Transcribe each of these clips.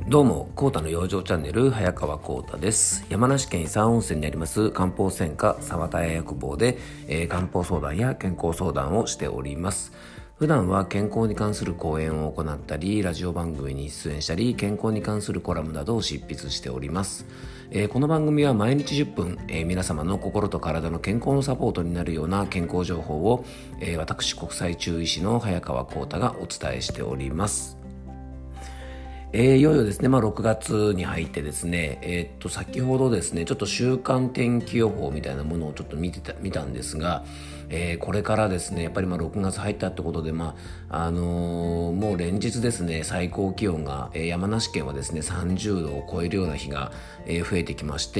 どうも、コータの養生チャンネル、早川コータです。山梨県伊佐温泉にあります漢方専科沢田屋薬房で、漢方相談や健康相談をしております。普段は健康に関する講演を行ったり、ラジオ番組に出演したり、健康に関するコラムなどを執筆しております。この番組は毎日10分、皆様の心と体の健康のサポートになるような健康情報を、私国際中医師の早川コータがお伝えしております。いよいよですね、6月に入ってですね、先ほどですね、ちょっと週間天気予報みたいなものをちょっと見たんですが、これからですね、やっぱり6月入ったってことで、もう連日ですね、最高気温が、山梨県はですね、30度を超えるような日が、増えてきまして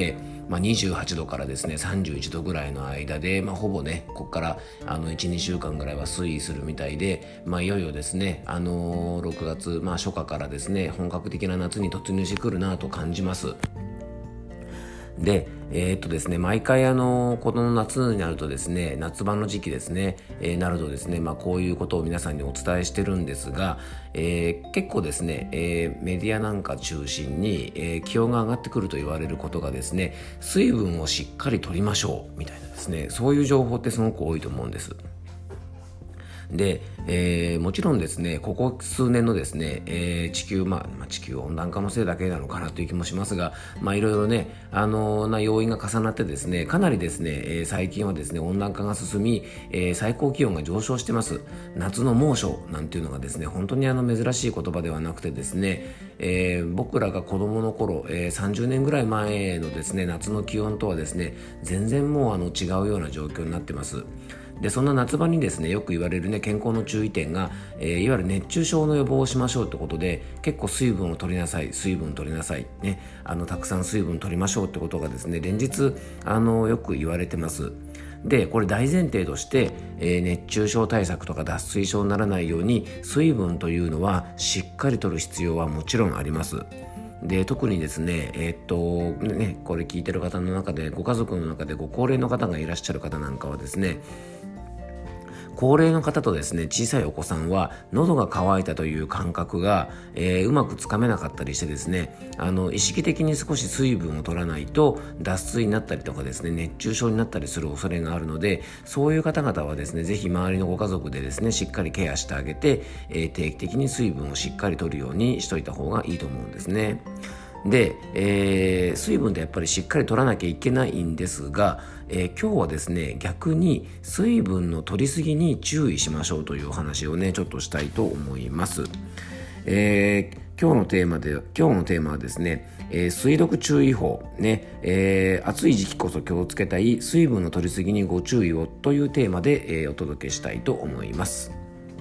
、28度からですね、31度ぐらいの間で、ほぼね、ここから1、2週間ぐらいは推移するみたいで、いよいよですね、6月、初夏からですね、本格的な夏に突入してくるなと感じます。で、ですね、毎回この夏になるとですね、夏場の時期ですね、なるとですね、こういうことを皆さんにお伝えしてるんですが、結構ですね、メディアなんか中心に、気温が上がってくると言われることがですね、水分をしっかり取りましょうみたいなですね、そういう情報ってすごく多いと思うんです。で、もちろんですね、ここ数年のですね、地球温暖化のせいだけなのかなという気もしますが、いろいろね、な要因が重なってですね、かなりですね、最近はですね、温暖化が進み、最高気温が上昇してます。夏の猛暑なんていうのがですね、本当に珍しい言葉ではなくてですね、僕らが子供の頃、30年ぐらい前のですね、夏の気温とはですね、全然もう違うような状況になってます。でそんな夏場にですねよく言われるね健康の注意点が、いわゆる熱中症の予防をしましょうってことで、結構水分取りなさいね、たくさん水分取りましょうってことがですね連日よく言われてます。でこれ大前提として、熱中症対策とか脱水症にならないように水分というのはしっかり取る必要はもちろんあります。で特にですね、これ聞いてる方の中でご家族の中でご高齢の方がいらっしゃる方なんかはですね、高齢の方とですね小さいお子さんは喉が渇いたという感覚が、うまくつかめなかったりしてですね、意識的に少し水分を取らないと脱水になったりとかですね熱中症になったりする恐れがあるので、そういう方々はですねぜひ周りのご家族でですねしっかりケアしてあげて、定期的に水分をしっかり取るようにしといた方がいいと思うんですね。で、水分ってやっぱりしっかり取らなきゃいけないんですが、今日はですね逆に水分の取りすぎに注意しましょうというお話をねちょっとしたいと思います。今日のテーマはですね、水毒注意報ね、暑い時期こそ気をつけたい水分の取りすぎにご注意をというテーマで、お届けしたいと思います。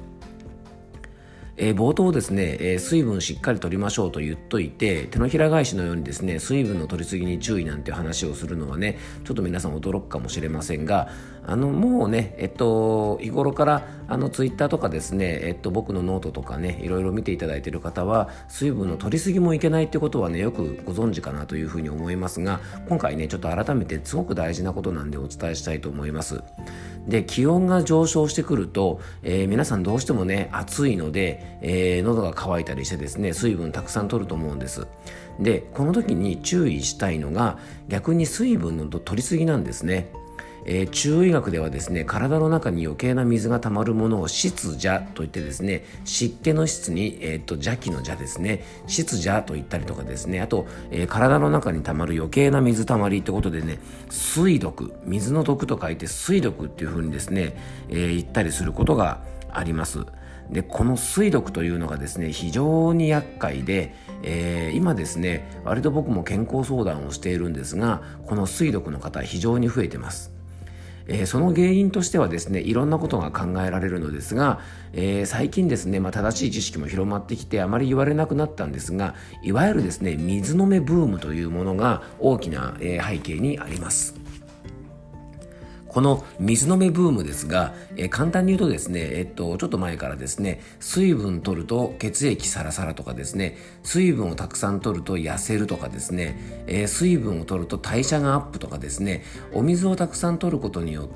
冒頭ですね、水分しっかり取りましょうと言っといて、手のひら返しのようにですね水分の取りすぎに注意なんて話をするのはねちょっと皆さん驚くかもしれませんが、もうね日頃からツイッターとかですね、僕のノートとかねいろいろ見ていただいている方は水分の取りすぎもいけないってことはねよくご存知かなというふうに思いますが、今回ねちょっと改めてすごく大事なことなんでお伝えしたいと思います。で気温が上昇してくると、皆さんどうしてもね暑いので、喉が渇いたりしてですね水分たくさん取ると思うんです。でこの時に注意したいのが逆に水分の取りすぎなんですね。中医学ではですね体の中に余計な水が溜まるものを湿邪といってですね、湿気の湿に、邪気の邪ですね、湿邪と言ったりとかですね、あと、体の中に溜まる余計な水溜まりってことでね水毒、水の毒と書いて水毒っていう風にですね、言ったりすることがあります。でこの水毒というのがですね非常に厄介で、今ですね割と僕も健康相談をしているんですが、この水毒の方非常に増えてます。その原因としてはですねいろんなことが考えられるのですが、最近ですね、正しい知識も広まってきてあまり言われなくなったんですが、いわゆるですね水飲めブームというものが大きな、背景にあります。この水飲めブームですが、簡単に言うとですね、ちょっと前からですね、水分取ると血液サラサラとかですね、水分をたくさん取ると痩せるとかですね、水分を取ると代謝がアップとかですね、お水をたくさん取ることによって、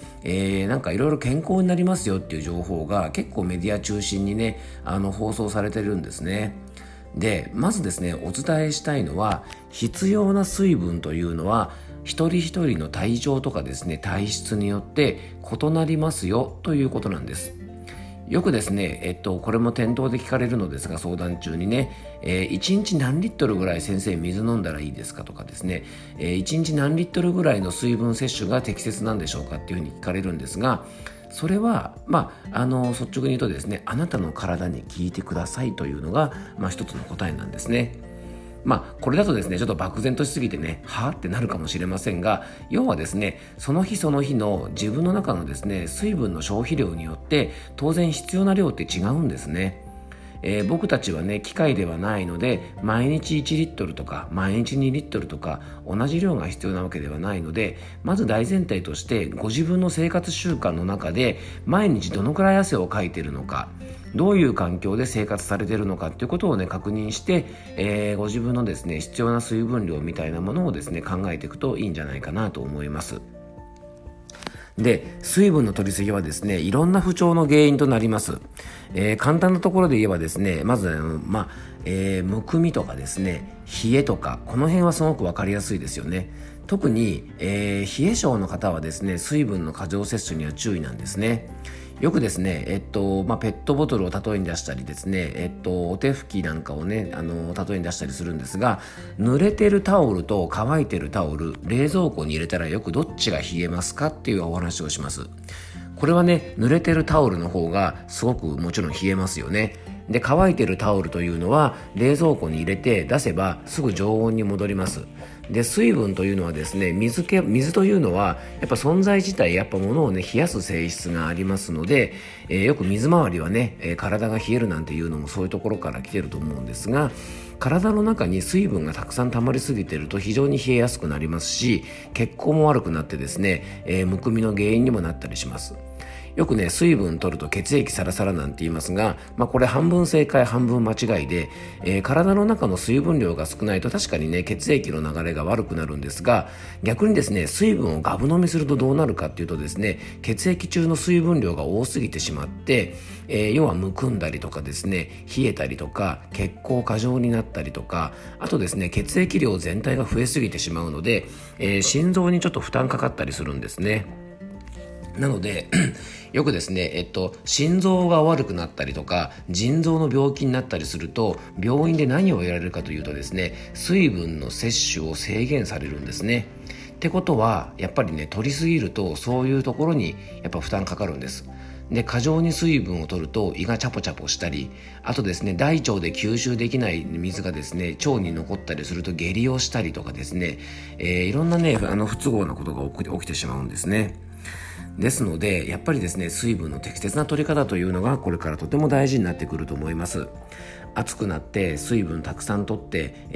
なんかいろいろ健康になりますよっていう情報が結構メディア中心にね、放送されてるんですね。 で、まずですね、お伝えしたいのは、必要な水分というのは一人一人の体調とかですね、体質によって異なりますよということなんです。よくですね、これも店頭で聞かれるのですが、相談中にね、1日何リットルぐらい先生水飲んだらいいですかとかですね、1日何リットルぐらいの水分摂取が適切なんでしょうかっていうふうに聞かれるんですが、それは、率直に言うとですね、あなたの体に聞いてくださいというのが、一つの答えなんですね。これだとですね、ちょっと漠然としすぎてね、はぁってなるかもしれませんが、要はですね、その日その日の自分の中のですね、水分の消費量によって当然必要な量って違うんですね。僕たちはね、機械ではないので、毎日1リットルとか毎日2リットルとか同じ量が必要なわけではないので、まず大前提としてご自分の生活習慣の中で毎日どのくらい汗をかいているのか、どういう環境で生活されているのかということをね、確認して、ご自分のですね、必要な水分量みたいなものをですね、考えていくといいんじゃないかなと思います。で、水分の取りすぎはですね、いろんな不調の原因となります。簡単なところで言えばですね、まずむくみとかですね、冷えとか、この辺はすごくわかりやすいですよね。特に、冷え性の方はですね、水分の過剰摂取には注意なんですね。よくですね、ペットボトルを例えに出したりですね、お手拭きなんかをね、例えに出したりするんですが、濡れてるタオルと乾いてるタオル、冷蔵庫に入れたらよくどっちが冷えますかっていうお話をします。これはね、濡れてるタオルの方がすごくもちろん冷えますよね。で、乾いてるタオルというのは冷蔵庫に入れて出せばすぐ常温に戻ります。で、水分というのはですね、水というのはやっぱ存在自体、やっぱ物をね、冷やす性質がありますので、よく水回りはね、体が冷えるなんていうのもそういうところから来てると思うんですが、体の中に水分がたくさん溜まりすぎていると非常に冷えやすくなりますし、血行も悪くなってですね、むくみの原因にもなったりします。よくね、水分取ると血液サラサラなんて言いますが、これ半分正解半分間違いで、体の中の水分量が少ないと確かにね、血液の流れが悪くなるんですが、逆にですね、水分をガブ飲みするとどうなるかっていうとですね、血液中の水分量が多すぎてしまって、要はむくんだりとかですね、冷えたりとか血行過剰になったりとか、あとですね、血液量全体が増えすぎてしまうので、心臓にちょっと負担かかったりするんですね。なのでよくですね、心臓が悪くなったりとか腎臓の病気になったりすると、病院で何をやられるかというとですね、水分の摂取を制限されるんですね。ってことはやっぱりね、取りすぎるとそういうところにやっぱ負担かかるんです。で、過剰に水分を取ると胃がチャポチャポしたり、あとですね、大腸で吸収できない水がですね、腸に残ったりすると下痢をしたりとかですね、いろんなね、不都合なことが起きてしまうんですね。ですので、やっぱりですね、水分の適切な取り方というのがこれからとても大事になってくると思います。暑くなって水分たくさん取って、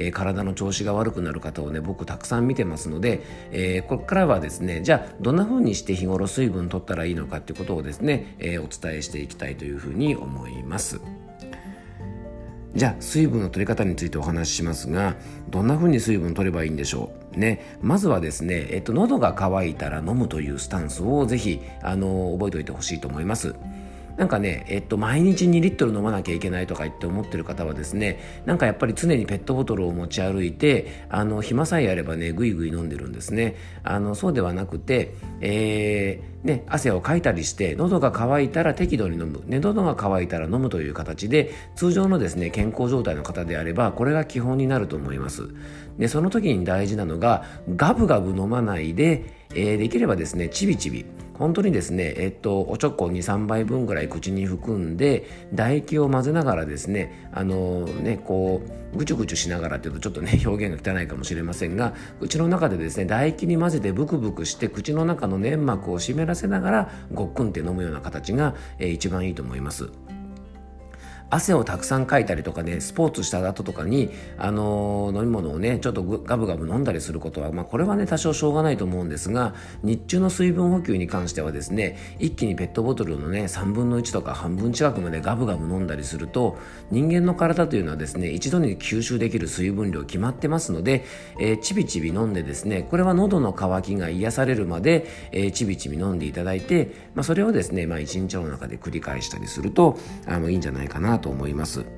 体の調子が悪くなる方をね、僕たくさん見てますので、ここからはですね、じゃあどんな風にして日頃水分取ったらいいのかっていうことをですね、お伝えしていきたいというふうに思います。じゃあ水分の取り方についてお話ししますが、どんな風に水分取ればいいんでしょうね。まずはですね、喉が渇いたら飲むというスタンスをぜひ覚えておいてほしいと思います。なんかね、毎日2リットル飲まなきゃいけないとか言って思ってる方はですね、なんかやっぱり常にペットボトルを持ち歩いて、暇さえあればね、ぐいぐい飲んでるんですね。そうではなくて、汗をかいたりして喉が渇いたら適度に飲む、喉が渇いたら飲むという形で、通常のですね、健康状態の方であればこれが基本になると思います。で、その時に大事なのが、ガブガブ飲まないで、できればですね、ちびちび本当にですね、おちょこ 2,3 杯分ぐらい口に含んで、唾液を混ぜながらですね、こうぐちゅぐちゅしながらというとちょっとね、表現が汚いかもしれませんが、口の中でですね、唾液に混ぜてブクブクして口の中の粘膜を湿らせながらごっくんって飲むような形が、一番いいと思います。汗をたくさんかいたりとかね、スポーツした後とかに、飲み物をね、ちょっとガブガブ飲んだりすることは、これはね、多少しょうがないと思うんですが、日中の水分補給に関してはですね、一気にペットボトルのね、3分の1とか半分近くまでガブガブ飲んだりすると、人間の体というのはですね、一度に吸収できる水分量決まってますので、ちびちび飲んでですね、これは喉の渇きが癒されるまで、ちびちび飲んでいただいて、それをですね、一日の中で繰り返したりするといいんじゃないかなと思います。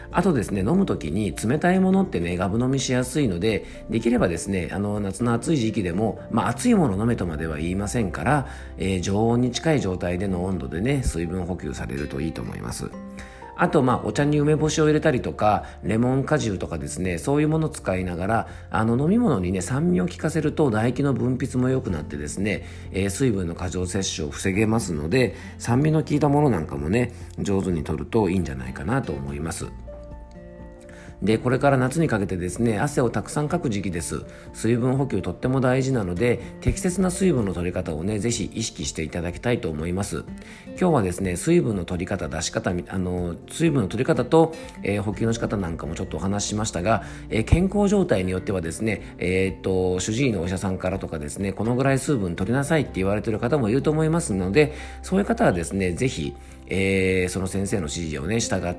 あとですね、飲むときに冷たいものってね、ガブ飲みしやすいので、できればですね、夏の暑い時期でも、熱いもの飲めとまでは言いませんから、常温に近い状態での温度でね、水分補給されるといいと思います。あとお茶に梅干しを入れたりとかレモン果汁とかですね、そういうものを使いながら飲み物にね酸味を効かせると唾液の分泌も良くなってですね、水分の過剰摂取を防げますので、酸味の効いたものなんかもね上手に摂るといいんじゃないかなと思います。で、これから夏にかけてですね、汗をたくさんかく時期です。水分補給とっても大事なので、適切な水分の取り方をね、ぜひ意識していただきたいと思います。今日はですね、水分の取り方、出し方、水分の取り方と、補給の仕方なんかもちょっとお話ししましたが、健康状態によってはですね、主治医のお医者さんからとかですね、このぐらい水分取りなさいって言われている方もいると思いますので、そういう方はですね、ぜひ、その先生の指示をね、従って、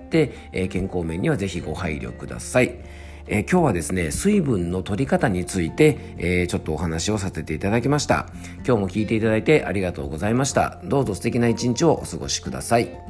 健康面にはぜひご配慮ください。今日はですね、水分の取り方について、ちょっとお話をさせていただきました。今日も聞いていただいてありがとうございました。どうぞ素敵な一日をお過ごしください。